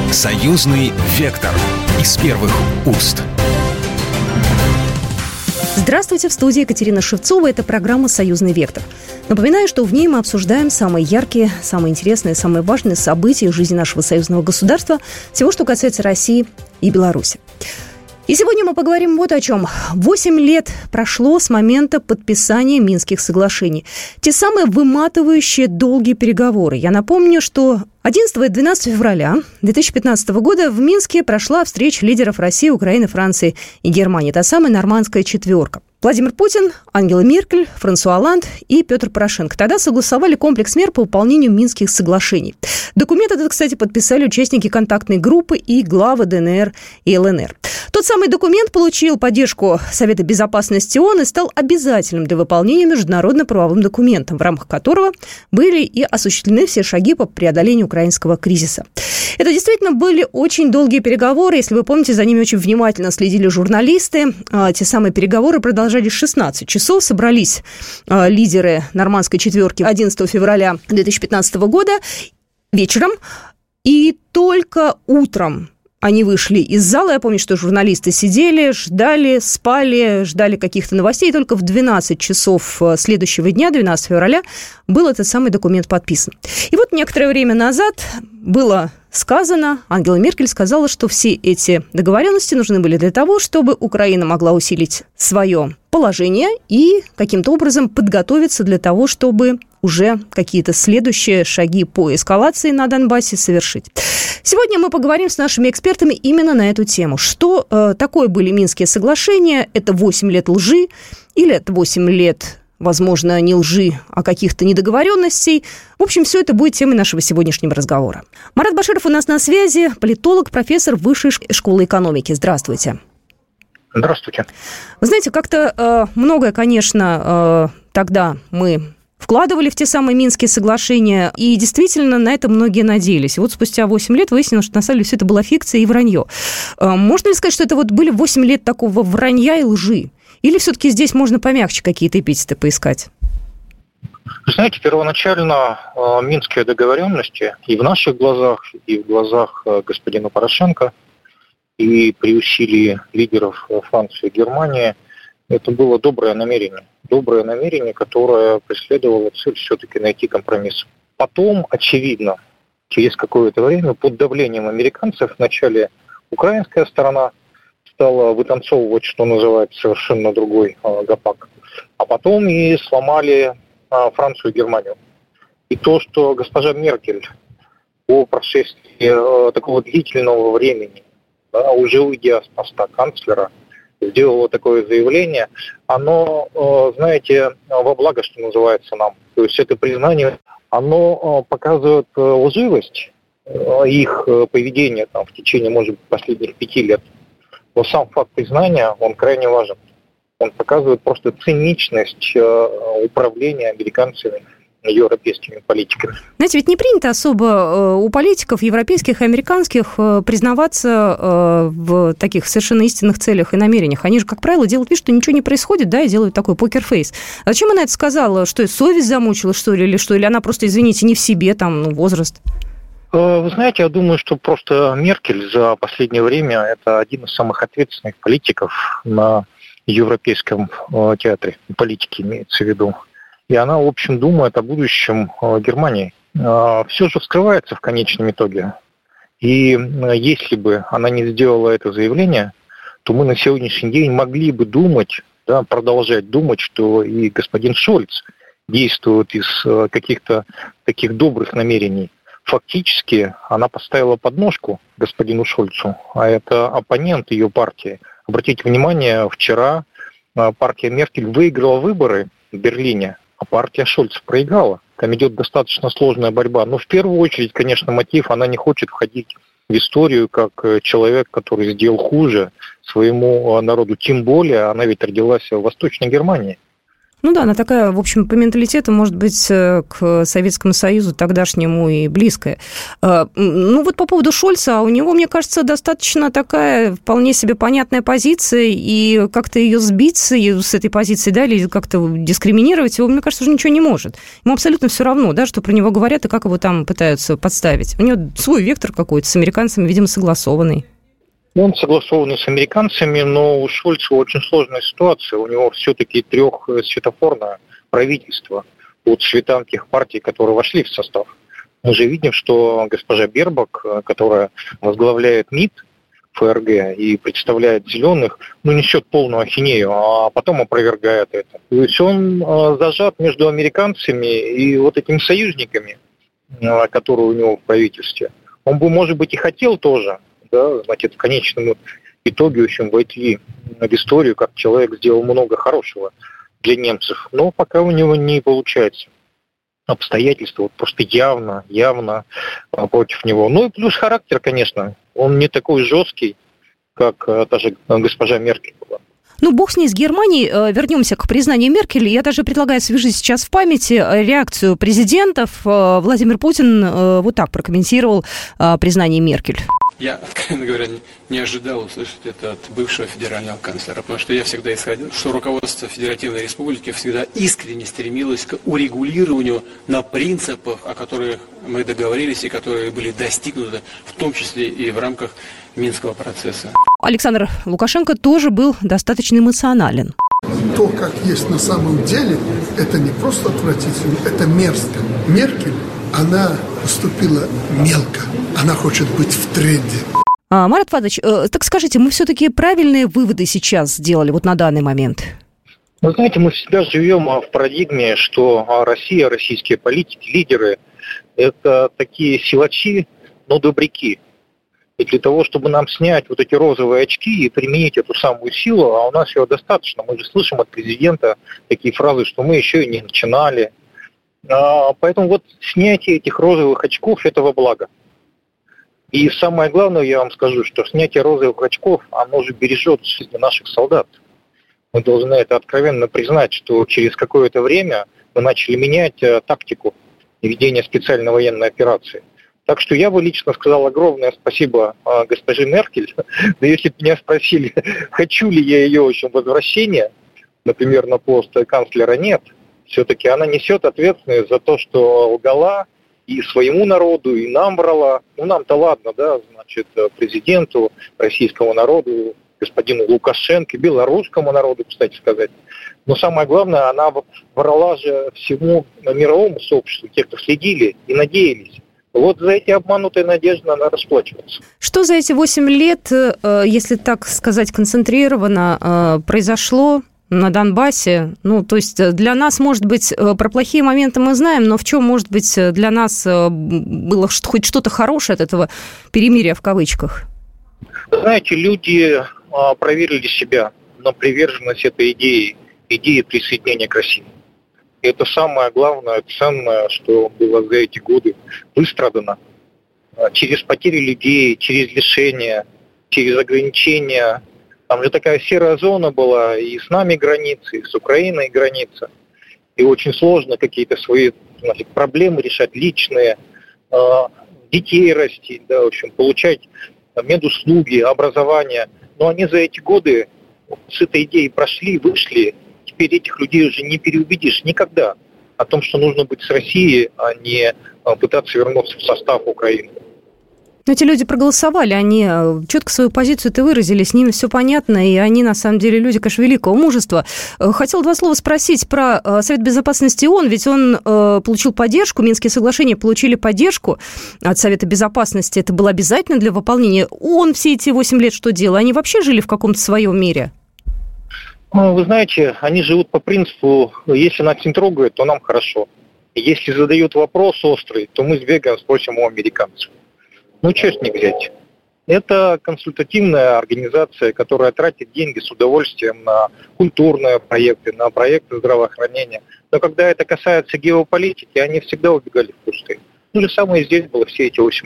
Союзный вектор из первых уст. Здравствуйте, в студии Екатерина Шевцова. Это программа «Союзный вектор». Напоминаю, что в ней мы обсуждаем самые яркие, самые интересные, самые важные события жизни нашего союзного государства, всего, что касается России и Беларуси. И сегодня мы поговорим вот о чем. 8 лет прошло с момента подписания Минских соглашений. Те самые выматывающие долгие переговоры. Я напомню, что 11 и 12 февраля 2015 года в Минске прошла встреча лидеров России, Украины, Франции и Германии. Та самая нормандская четверка. Владимир Путин, Ангела Меркель, Франсуа Олланд и Петр Порошенко тогда согласовали комплекс мер по выполнению Минских соглашений. Документ этот, кстати, подписали участники контактной группы и главы ДНР и ЛНР. Тот самый документ получил поддержку Совета безопасности ООН и стал обязательным для выполнения международно-правовым документом, в рамках которого были и осуществлены все шаги по преодолению украинского кризиса. Это действительно были очень долгие переговоры. Если вы помните, за ними очень внимательно следили журналисты. Те самые переговоры продолжались 16 часов. Собрались лидеры нормандской четверки 11 февраля 2015 года вечером. И только утром они вышли из зала. Я помню, что журналисты сидели, ждали, спали, ждали каких-то новостей. И только в 12 часов следующего дня, 12 февраля, был этот самый документ подписан. И вот некоторое время назад было сказано, Ангела Меркель сказала, что все эти договоренности нужны были для того, чтобы Украина могла усилить свое положение и каким-то образом подготовиться для того, чтобы уже какие-то следующие шаги по эскалации на Донбассе совершить. Сегодня мы поговорим с нашими экспертами именно на эту тему. Что такое были Минские соглашения? Это 8 лет лжи или это 8 лет, возможно, не лжи, а каких-то недоговоренностей? В общем, все это будет темой нашего сегодняшнего разговора. Марат Баширов у нас на связи, политолог, профессор Высшей школы экономики. Здравствуйте. Здравствуйте. Вы знаете, как-то многое, конечно, тогда мы вкладывали в те самые Минские соглашения, и действительно на это многие надеялись. И вот спустя 8 лет выяснилось, что на самом деле все это была фикция и вранье. Можно ли сказать, что это вот были 8 лет такого вранья и лжи? Или все-таки здесь можно помягче какие-то эпитеты поискать? Знаете, первоначально Минские договоренности и в наших глазах, и в глазах господина Порошенко, и при усилии лидеров Франции и Германии, это было доброе намерение. Доброе намерение, которое преследовало цель все-таки найти компромисс. Потом, очевидно, через какое-то время, под давлением американцев, вначале украинская сторона стала вытанцовывать, что называется, совершенно другой гопак. А потом и сломали Францию и Германию. И то, что госпожа Меркель по прошествии такого длительного времени, да, уже уйдя с поста канцлера, сделала такое заявление, оно, знаете, во благо, что называется, нам. То есть это признание, оно показывает лживость их поведения там, в течение, может быть, последних 5 лет. Но сам факт признания, он крайне важен. Он показывает просто циничность управления американцами европейскими политиками. Знаете, ведь не принято особо у политиков европейских и американских признаваться в таких совершенно истинных целях и намерениях. Они же, как правило, делают вид, что ничего не происходит, да, и делают такой покерфейс. А зачем она это сказала? Что, совесть замучила, что ли, или что? Или она просто, извините, не в себе, там, возраст? Вы знаете, я думаю, что просто Меркель за последнее время это один из самых ответственных политиков на европейском театре. Политики имеется в виду. И она, в общем, думает о будущем Германии. Все же вскрывается в конечном итоге. И если бы она не сделала это заявление, то мы на сегодняшний день могли бы думать, да, продолжать думать, что и господин Шольц действует из каких-то таких добрых намерений. Фактически она поставила подножку господину Шольцу, а это оппонент ее партии. Обратите внимание, вчера партия Меркель выиграла выборы в Берлине, а партия Шольца проиграла. Там идет достаточно сложная борьба. Но в первую очередь, конечно, мотив, она не хочет входить в историю как человек, который сделал хуже своему народу. Тем более, она ведь родилась в Восточной Германии. Ну да, она такая, в общем, по менталитету, может быть, к Советскому Союзу тогдашнему и близкая. Ну вот по поводу Шольца, у него, мне кажется, достаточно такая вполне себе понятная позиция, и как-то ее сбить с этой позиции, да, или как-то дискриминировать его, мне кажется, уже ничего не может. Ему абсолютно все равно, да, что про него говорят и как его там пытаются подставить. У него свой вектор какой-то, с американцами, видимо, согласованный. Он согласованный с американцами, но у Шольца очень сложная ситуация. У него все-таки трехсветофорное правительство по цветам тех партий, которые вошли в состав. Мы же видим, что госпожа Бербак, которая возглавляет МИД ФРГ и представляет зеленых, несет полную ахинею, а потом опровергает это. То есть он зажат между американцами и вот этими союзниками, которые у него в правительстве. Он бы, может быть, и хотел тоже, да, значит, в конечном итоге, в общем, войти в историю, как человек сделал много хорошего для немцев. Но пока у него не получается. Обстоятельства вот просто явно против него. Ну и плюс характер, конечно. Он не такой жесткий, как та же госпожа Меркель была. Ну, бог с ней, с Германией. Вернемся к признанию Меркель. Я даже предлагаю освежить сейчас в памяти реакцию президентов. Владимир Путин вот так прокомментировал признание Меркель. Я, откровенно говоря, не ожидал услышать это от бывшего федерального канцлера, потому что я всегда исходил, что руководство Федеративной Республики всегда искренне стремилось к урегулированию на принципах, о которых мы договорились и которые были достигнуты, в том числе и в рамках Минского процесса. Александр Лукашенко тоже был достаточно эмоционален. То, как есть на самом деле, это не просто отвратительно, это мерзко. Меркель, она поступила мелко. Она хочет быть в тренде. Марат Фадович, так скажите, мы все-таки правильные выводы сейчас сделали вот на данный момент? Вы знаете, мы всегда живем в парадигме, что Россия, российские политики, лидеры – это такие силачи, но добряки. И для того, чтобы нам снять вот эти розовые очки и применить эту самую силу, а у нас ее достаточно, мы же слышим от президента такие фразы, что мы еще и не начинали. Поэтому вот снятие этих розовых очков – это во благо. И самое главное, я вам скажу, что снятие розовых очков, оно же бережет жизни наших солдат. Мы должны это откровенно признать, что через какое-то время мы начали менять тактику ведения специальной военной операции. Так что я бы лично сказал огромное спасибо госпоже Меркель. Но если бы меня спросили, хочу ли я ее, в общем, возвращения, например, на пост канцлера, нет. Все-таки она несет ответственность за то, что лгала и своему народу, и нам врала. Ну, нам-то ладно, да, значит, президенту, российскому народу, господину Лукашенко, белорусскому народу, кстати сказать. Но самое главное, она врала же всему мировому сообществу, те, кто следили и надеялись. Вот за эти обманутые надежды надо расплачиваться. Что за эти 8 лет, если так сказать концентрированно, произошло на Донбассе? Ну, то есть для нас, может быть, про плохие моменты мы знаем, но в чем, может быть, для нас было хоть что-то хорошее от этого перемирия в кавычках? Знаете, люди проверили себя на приверженность этой идеи присоединения к России. И это самое главное, ценное, что было за эти годы выстрадано. Через потери людей, через лишения, через ограничения. Там же такая серая зона была, и с нами границы, и с Украиной граница. И очень сложно какие-то свои, значит, проблемы решать личные, детей растить, да, в общем, получать медуслуги, образование. Но они за эти годы с этой идеей прошли, вышли. Теперь этих людей уже не переубедишь никогда о том, что нужно быть с Россией, а не пытаться вернуться в состав Украины. Но эти люди проголосовали, они четко свою позицию-то выразили, с ними все понятно, и они, на самом деле, люди, конечно, великого мужества. Хотел 2 слова спросить про Совет Безопасности ООН, ведь он получил поддержку, Минские соглашения получили поддержку от Совета Безопасности, это было обязательно для выполнения. ООН все эти 8 лет что делал? Они вообще жили в каком-то своем мире? Ну, вы знаете, они живут по принципу, если нас не трогают, то нам хорошо. Если задают вопрос острый, то мы сбегаем, спросим у американцев. Ну, что с них взять? Это консультативная организация, которая тратит деньги с удовольствием на культурные проекты, на проекты здравоохранения. Но когда это касается геополитики, они всегда убегали в кусты. То же самое и здесь было все эти 8 лет.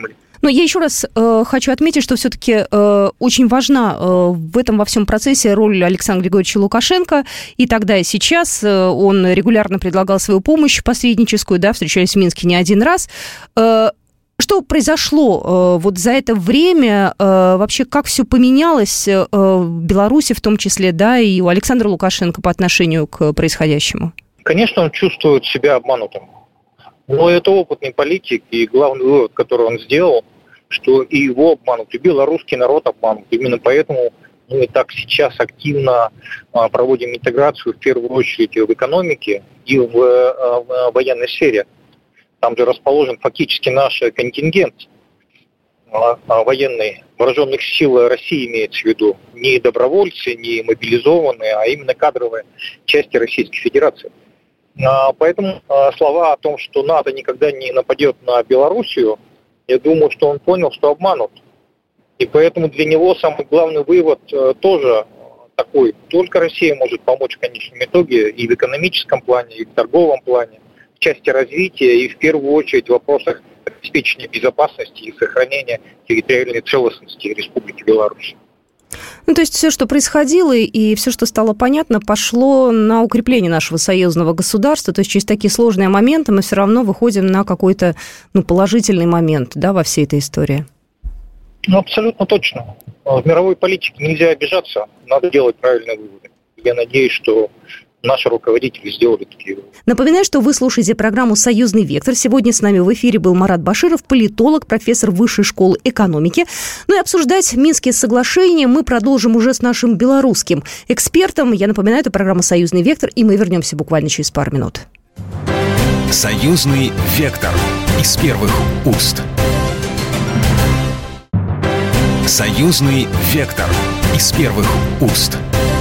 Но я еще раз хочу отметить, что все-таки очень важна в этом во всем процессе роль Александра Григорьевича Лукашенко. И тогда, и сейчас он регулярно предлагал свою помощь посредническую, да, встречаясь в Минске не один раз. Что произошло вот за это время? Вообще, как все поменялось в Беларуси в том числе, да, и у Александра Лукашенко по отношению к происходящему? Конечно, он чувствует себя обманутым. Но это опытный политик, и главный вывод, который он сделал, что и его обманут, и белорусский народ обманут. Именно поэтому мы так сейчас активно проводим интеграцию, в первую очередь, в экономике и в военной сфере. Там же расположен фактически наш контингент военный, вооруженных сил России имеется в виду. Не добровольцы, не мобилизованные, а именно кадровые части Российской Федерации. Поэтому слова о том, что НАТО никогда не нападет на Белоруссию, я думаю, что он понял, что обманут. И поэтому для него самый главный вывод тоже такой. Только Россия может помочь в конечном итоге и в экономическом плане, и в торговом плане, в части развития и в первую очередь в вопросах обеспечения безопасности и сохранения территориальной целостности Республики Беларусь. Ну, то есть все, что происходило, и все, что стало понятно, пошло на укрепление нашего союзного государства. То есть через такие сложные моменты мы все равно выходим на какой-то положительный момент, да, во всей этой истории. Абсолютно точно. В мировой политике нельзя обижаться, надо делать правильные выводы. Я надеюсь, что наши руководители сделали такие выводы. Напоминаю, что вы слушаете программу «Союзный вектор». Сегодня с нами в эфире был Марат Баширов, политолог, профессор Высшей школы экономики. Ну и обсуждать Минские соглашения мы продолжим уже с нашим белорусским экспертом. Я напоминаю, это программа «Союзный вектор», и мы вернемся буквально через пару минут. «Союзный вектор» из первых уст. «Союзный вектор» из первых уст.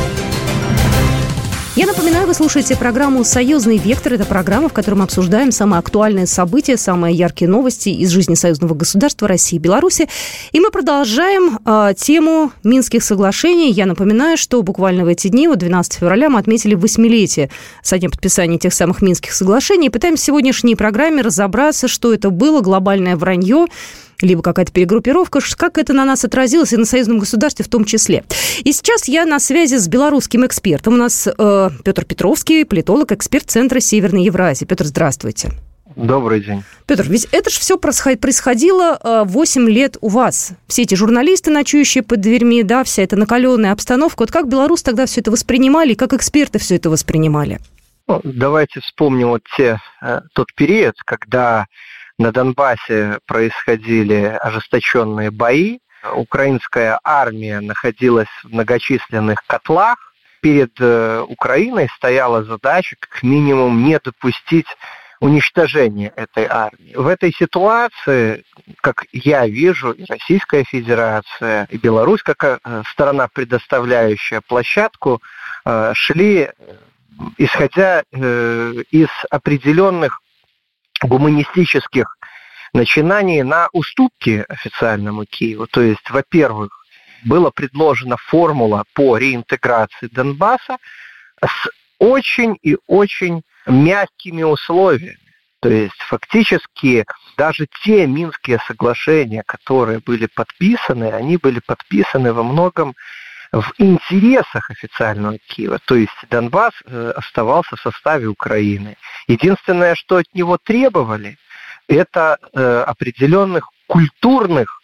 Я напоминаю, вы слушаете программу «Союзный вектор». Это программа, в которой мы обсуждаем самые актуальные события, самые яркие новости из жизни союзного государства России и Беларуси. И мы продолжаем тему Минских соглашений. Я напоминаю, что буквально в эти дни, 12 февраля, мы отметили 8-летие со дня подписания тех самых Минских соглашений. И пытаемся в сегодняшней программе разобраться, что это было, глобальное вранье, либо какая-то перегруппировка, как это на нас отразилось и на союзном государстве в том числе. И сейчас я на связи с белорусским экспертом. У нас Петр Петровский, политолог, эксперт Центра Северной Евразии. Петр, здравствуйте. Добрый день. Петр, ведь это же все происходило 8 лет у вас. Все эти журналисты, ночующие под дверьми, да, вся эта накаленная обстановка. Вот как белорусы тогда все это воспринимали, и как эксперты все это воспринимали? Давайте вспомним тот период, когда на Донбассе происходили ожесточенные бои. Украинская армия находилась в многочисленных котлах. Перед Украиной стояла задача как минимум не допустить уничтожения этой армии. В этой ситуации, как я вижу, и Российская Федерация, и Беларусь, как сторона, предоставляющая площадку, шли, исходя из определенных гуманистических начинаний на уступки официальному Киеву. То есть, во-первых, была предложена формула по реинтеграции Донбасса с очень и очень мягкими условиями. То есть, фактически, даже те Минские соглашения, которые были подписаны, они были подписаны во многом в интересах официального Киева. То есть Донбасс оставался в составе Украины. Единственное, что от него требовали, это определенных культурных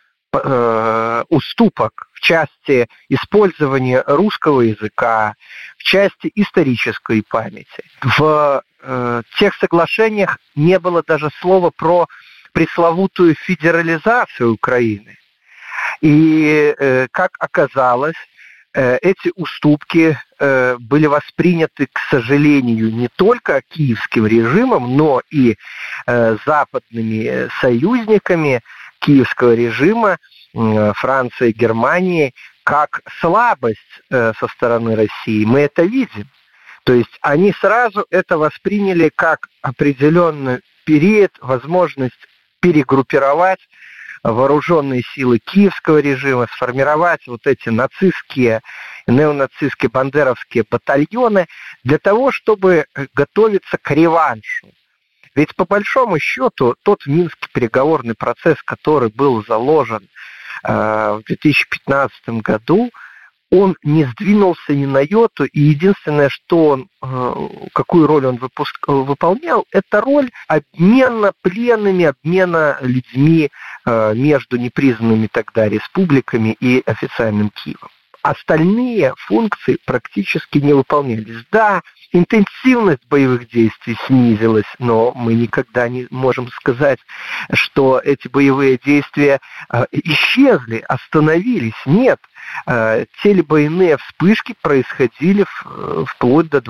уступок в части использования русского языка, в части исторической памяти. В тех соглашениях не было даже слова про пресловутую федерализацию Украины. И, как оказалось, эти уступки были восприняты, к сожалению, не только киевским режимом, но и западными союзниками киевского режима, Франции, Германии, как слабость со стороны России. Мы это видим. То есть они сразу это восприняли как определенный период, возможность перегруппировать вооруженные силы киевского режима, сформировать вот эти нацистские, неонацистские, бандеровские батальоны для того, чтобы готовиться к реваншу. Ведь по большому счету тот Минский переговорный процесс, который был заложен в 2015 году, он не сдвинулся ни на йоту, и единственное, что он, какую роль он выполнял, это роль обмена пленными, обмена людьми между непризнанными тогда республиками и официальным Киевом. Остальные функции практически не выполнялись. Да, интенсивность боевых действий снизилась, но мы никогда не можем сказать, что эти боевые действия исчезли, остановились. Нет, телебойные вспышки происходили вплоть до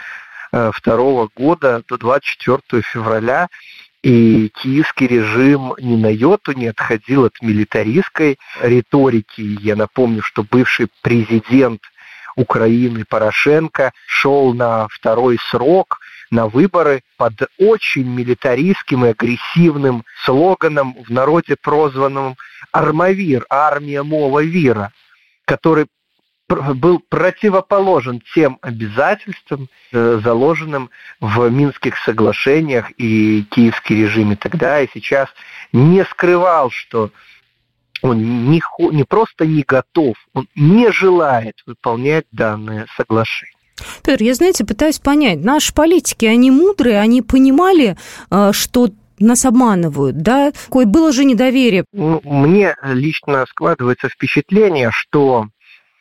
22 года, до 24 февраля, и киевский режим ни на йоту не отходил от милитаристской риторики. Я напомню, что бывший президент Украины Порошенко шел на второй срок, на выборы под очень милитаристским и агрессивным слоганом, в народе прозванным «Армавир», «Армия Мова Вира», который был противоположен тем обязательствам, заложенным в Минских соглашениях, и киевский режим и тогда, и сейчас не скрывал, что он не просто не готов, он не желает выполнять данное соглашение. Петр, я, знаете, пытаюсь понять, наши политики, они мудрые, они понимали, что нас обманывают, да? Какое было же недоверие? Мне лично складывается впечатление, что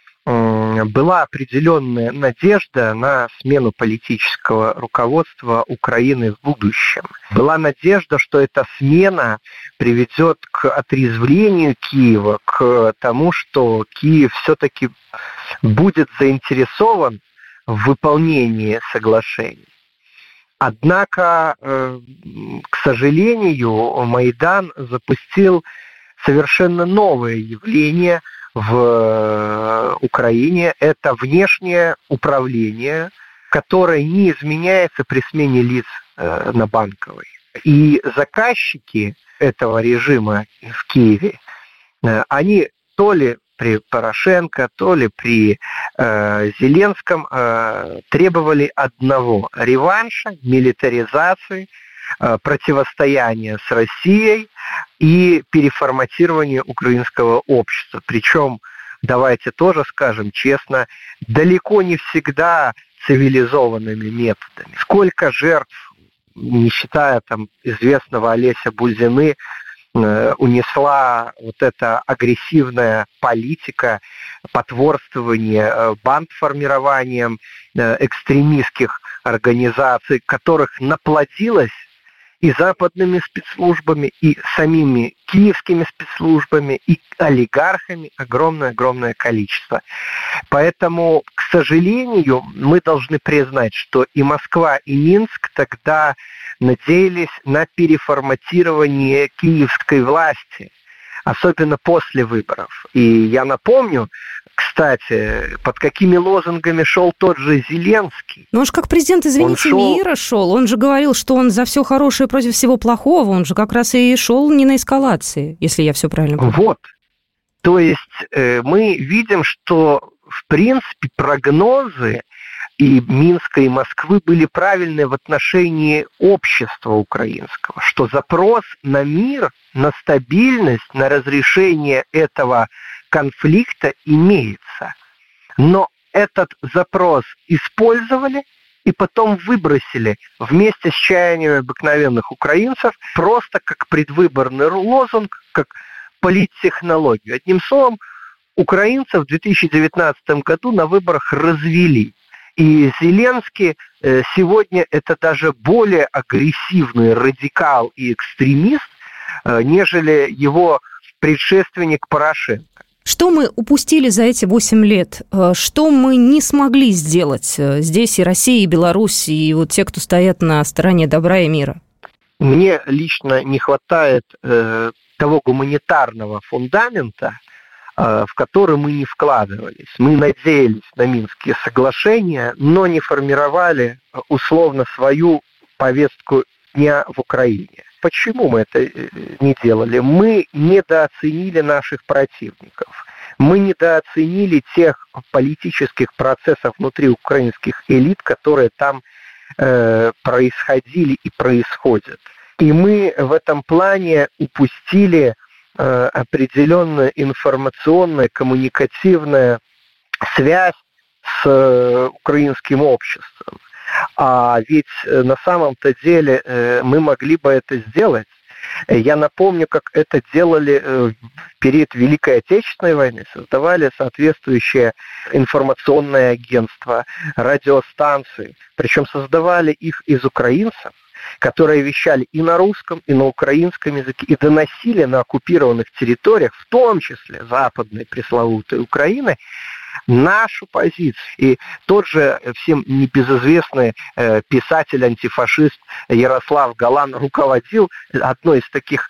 была определенная надежда на смену политического руководства Украины в будущем. Была надежда, что эта смена приведет к отрезвлению Киева, к тому, что Киев все-таки будет заинтересован в выполнении соглашений. Однако, к сожалению, Майдан запустил совершенно новое явление в Украине. Это внешнее управление, которое не изменяется при смене лиц на Банковой. И заказчики этого режима в Киеве, они то ли при Порошенко, то ли при Зеленском требовали одного – реванша, милитаризации, противостояния с Россией и переформатирования украинского общества. Причем, давайте тоже скажем честно, далеко не всегда цивилизованными методами. Сколько жертв, не считая там известного Олеся Бузины, унесла вот эта агрессивная политика потворствования бандформированием экстремистских организаций, которых наплодилось и западными спецслужбами, и самими киевскими спецслужбами, и олигархами огромное-огромное количество. Поэтому, к сожалению, мы должны признать, что и Москва, и Минск тогда надеялись на переформатирование киевской власти, особенно после выборов. И я напомню, кстати, под какими лозунгами шел тот же Зеленский. Ну, он же как президент, извините, мира шел. Он же говорил, что он за все хорошее против всего плохого. Он же как раз и шел не на эскалации, если я все правильно понимаю. Вот. То есть мы видим, что, в принципе, прогнозы и Минска, и Москвы были правильные в отношении общества украинского, что запрос на мир, на стабильность, на разрешение этого конфликта имеется. Но этот запрос использовали и потом выбросили вместе с чаяниями обыкновенных украинцев просто как предвыборный лозунг, как политтехнологию. Одним словом, украинцев в 2019 году на выборах развели. И Зеленский сегодня это даже более агрессивный радикал и экстремист, нежели его предшественник Порошенко. Что мы упустили за эти 8 лет? Что мы не смогли сделать здесь и Россия, и Беларусь, и вот те, кто стоят на стороне добра и мира? Мне лично не хватает того гуманитарного фундамента, в который мы не вкладывались. Мы надеялись на Минские соглашения, но не формировали условно свою повестку дня в Украине. Почему мы это не делали? Мы недооценили наших противников. Мы недооценили тех политических процессов внутри украинских элит, которые там происходили и происходят. И мы в этом плане упустили определенную информационную, коммуникативную связь с украинским обществом. А ведь на самом-то деле мы могли бы это сделать. Я напомню, как это делали в период Великой Отечественной войны. Создавали соответствующее информационное агентство, радиостанции. Причем создавали их из украинцев, которые вещали и на русском, и на украинском языке, и доносили на оккупированных территориях, в том числе западной пресловутой Украины, нашу позицию. И тот же всем небезызвестный писатель-антифашист Ярослав Галан руководил одной из таких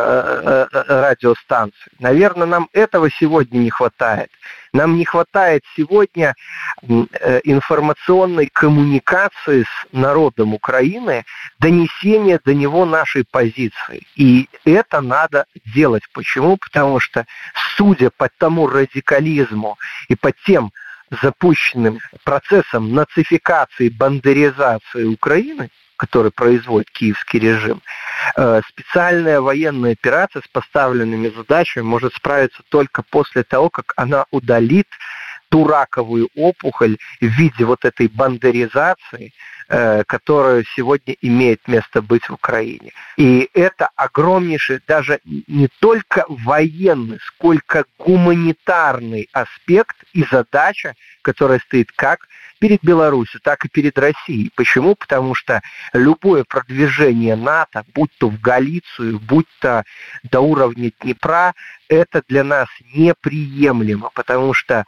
радиостанций. Наверное, нам этого сегодня не хватает. Нам не хватает сегодня информационной коммуникации с народом Украины, донесения до него нашей позиции. И это надо делать. Почему? Потому что, судя по тому радикализму и по тем запущенным процессам нацификации, бандеризации Украины, который производит киевский режим, специальная военная операция с поставленными задачами может справиться только после того, как она удалит ту раковую опухоль в виде вот этой бандеризации, которая сегодня имеет место быть в Украине. И это огромнейший, даже не только военный, сколько гуманитарный аспект и задача, которая стоит как перед Беларусью, так и перед Россией. Почему? Потому что любое продвижение НАТО, будь то в Галицию, будь то до уровня Днепра, это для нас неприемлемо, потому что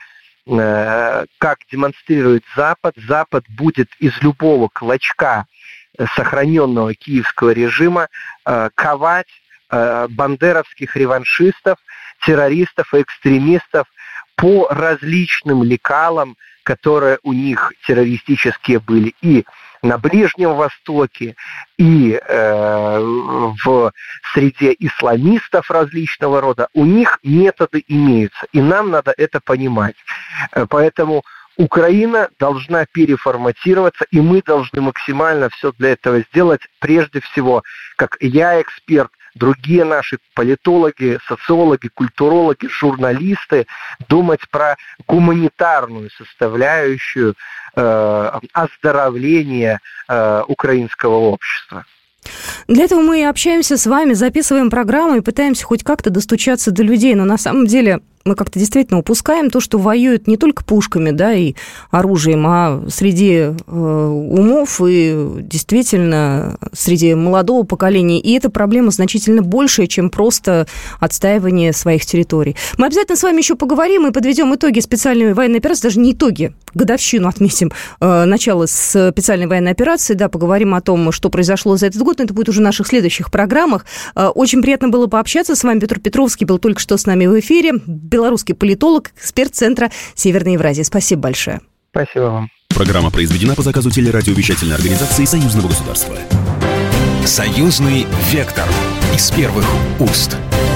как демонстрирует Запад, Запад будет из любого клочка сохраненного киевского режима ковать бандеровских реваншистов, террористов и экстремистов по различным лекалам, которые у них террористические были и на Ближнем Востоке, и в среде исламистов различного рода. У них методы имеются, и нам надо это понимать. Поэтому Украина должна переформатироваться, и мы должны максимально все для этого сделать. Прежде всего, как я эксперт, другие наши политологи, социологи, культурологи, журналисты, думать про гуманитарную составляющую оздоровления украинского общества. Для этого мы и общаемся с вами, записываем программу и пытаемся хоть как-то достучаться до людей. Но на самом деле мы как-то действительно упускаем то, что воюют не только пушками, да, и оружием, а среди умов и действительно среди молодого поколения. И эта проблема значительно большая, чем просто отстаивание своих территорий. Мы обязательно с вами еще поговорим и подведем итоги специальной военной операции, даже не итоги, годовщину отметим начало специальной военной операции, да, поговорим о том, что произошло за этот год, но это будет уже в наших следующих программах. Очень приятно было пообщаться с вами. Петр Петровский был только что с нами в эфире. Белорусский политолог, эксперт Центра Северной Евразии. Спасибо большое. Спасибо вам. Программа произведена по заказу телерадиовещательной организации Союзного государства. Союзный вектор из первых уст.